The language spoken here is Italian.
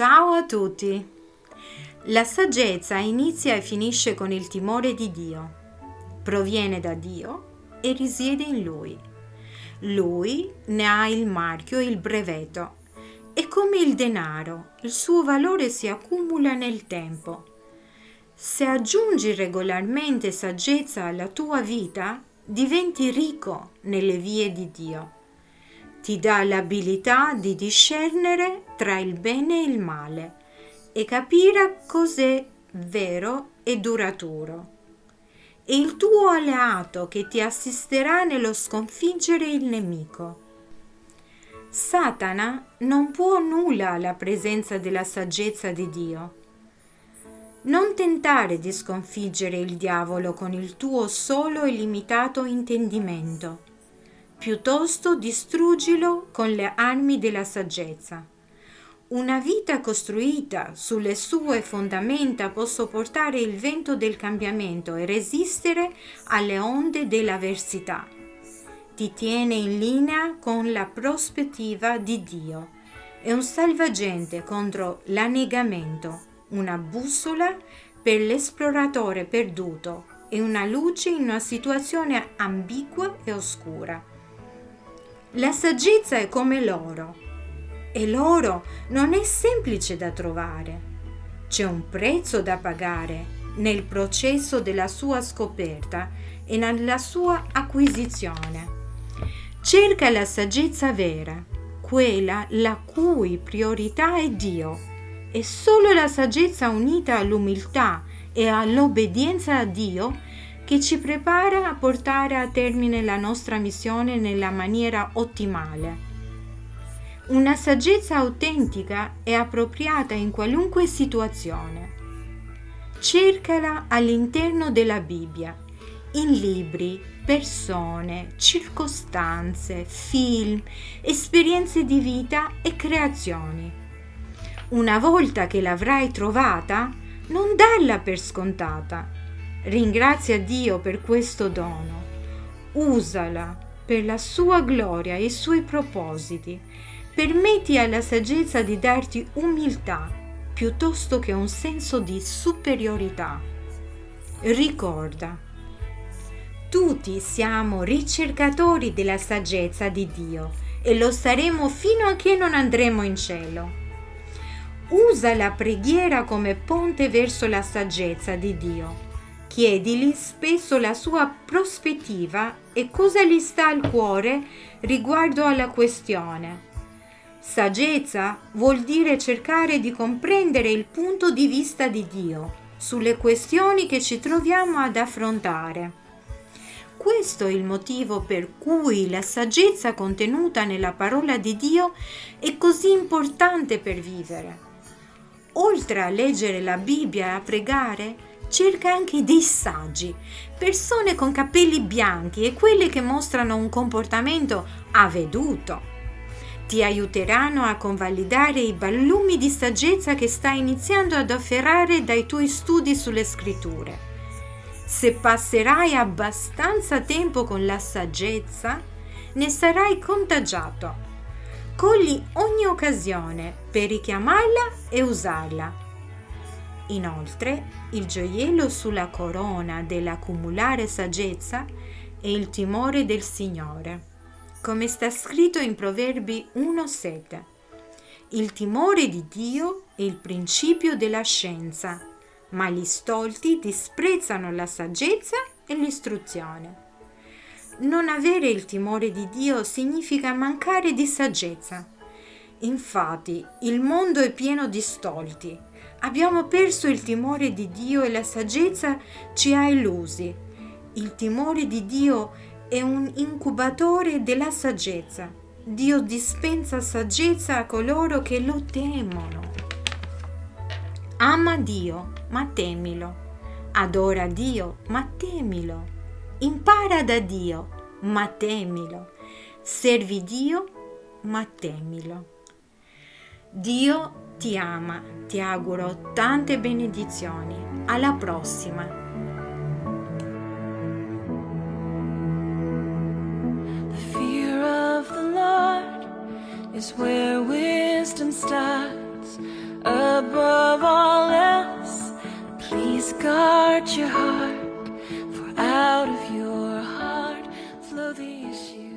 Ciao a tutti! La saggezza inizia e finisce con il timore di Dio. Proviene da Dio e risiede in Lui. Lui ne ha il marchio e il brevetto. E come il denaro, il suo valore si accumula nel tempo. Se aggiungi regolarmente saggezza alla tua vita, diventi ricco nelle vie di Dio. Ti dà l'abilità di discernere tra il bene e il male e capire cos'è vero e duraturo. È il tuo alleato che ti assisterà nello sconfiggere il nemico. Satana non può nulla alla presenza della saggezza di Dio. Non tentare di sconfiggere il diavolo con il tuo solo e limitato intendimento. Piuttosto distruggilo con le armi della saggezza. Una vita costruita sulle sue fondamenta può sopportare il vento del cambiamento e resistere alle onde dell'avversità. Ti tiene in linea con la prospettiva di Dio. È un salvagente contro l'annegamento, una bussola per l'esploratore perduto e una luce in una situazione ambigua e oscura. La saggezza è come l'oro, e l'oro non è semplice da trovare. C'è un prezzo da pagare nel processo della sua scoperta e nella sua acquisizione. Cerca la saggezza vera, quella la cui priorità è Dio, e solo la saggezza unita all'umiltà e all'obbedienza a Dio che ci prepara a portare a termine la nostra missione nella maniera ottimale. Una saggezza autentica e appropriata in qualunque situazione. Cercala all'interno della Bibbia, in libri, persone, circostanze, film, esperienze di vita e creazioni. Una volta che l'avrai trovata, non darla per scontata. Ringrazia Dio per questo dono. Usala per la sua gloria e i suoi propositi. Permetti alla saggezza di darti umiltà piuttosto che un senso di superiorità. Ricorda, tutti siamo ricercatori della saggezza di Dio e lo saremo fino a che non andremo in cielo. Usa la preghiera come ponte verso la saggezza di Dio. Chiedigli spesso la sua prospettiva e cosa gli sta al cuore riguardo alla questione. Saggezza vuol dire cercare di comprendere il punto di vista di Dio sulle questioni che ci troviamo ad affrontare. Questo è il motivo per cui la saggezza contenuta nella parola di Dio è così importante per vivere. Oltre a leggere la Bibbia e a pregare, cerca anche dei saggi, persone con capelli bianchi e quelle che mostrano un comportamento avveduto. Ti aiuteranno a convalidare i barlumi di saggezza che stai iniziando ad afferrare dai tuoi studi sulle scritture. Se passerai abbastanza tempo con la saggezza, ne sarai contagiato. Cogli ogni occasione per richiamarla e usarla. Inoltre, il gioiello sulla corona dell'accumulare saggezza è il timore del Signore, come sta scritto in Proverbi 1,7. Il timore di Dio è il principio della scienza, ma gli stolti disprezzano la saggezza e l'istruzione. Non avere il timore di Dio significa mancare di saggezza. Infatti, il mondo è pieno di stolti. Abbiamo perso il timore di Dio e la saggezza ci ha illusi. Il timore di Dio è un incubatore della saggezza. Dio dispensa saggezza a coloro che lo temono. Ama Dio, ma temilo. Adora Dio, ma temilo. Impara da Dio, ma temilo. Servi Dio, ma temilo. Dio ti ama, ti auguro tante benedizioni. Alla prossima! The fear of the Lord is where wisdom starts. Above all else, please guard your heart, for out of your heart flow the issues.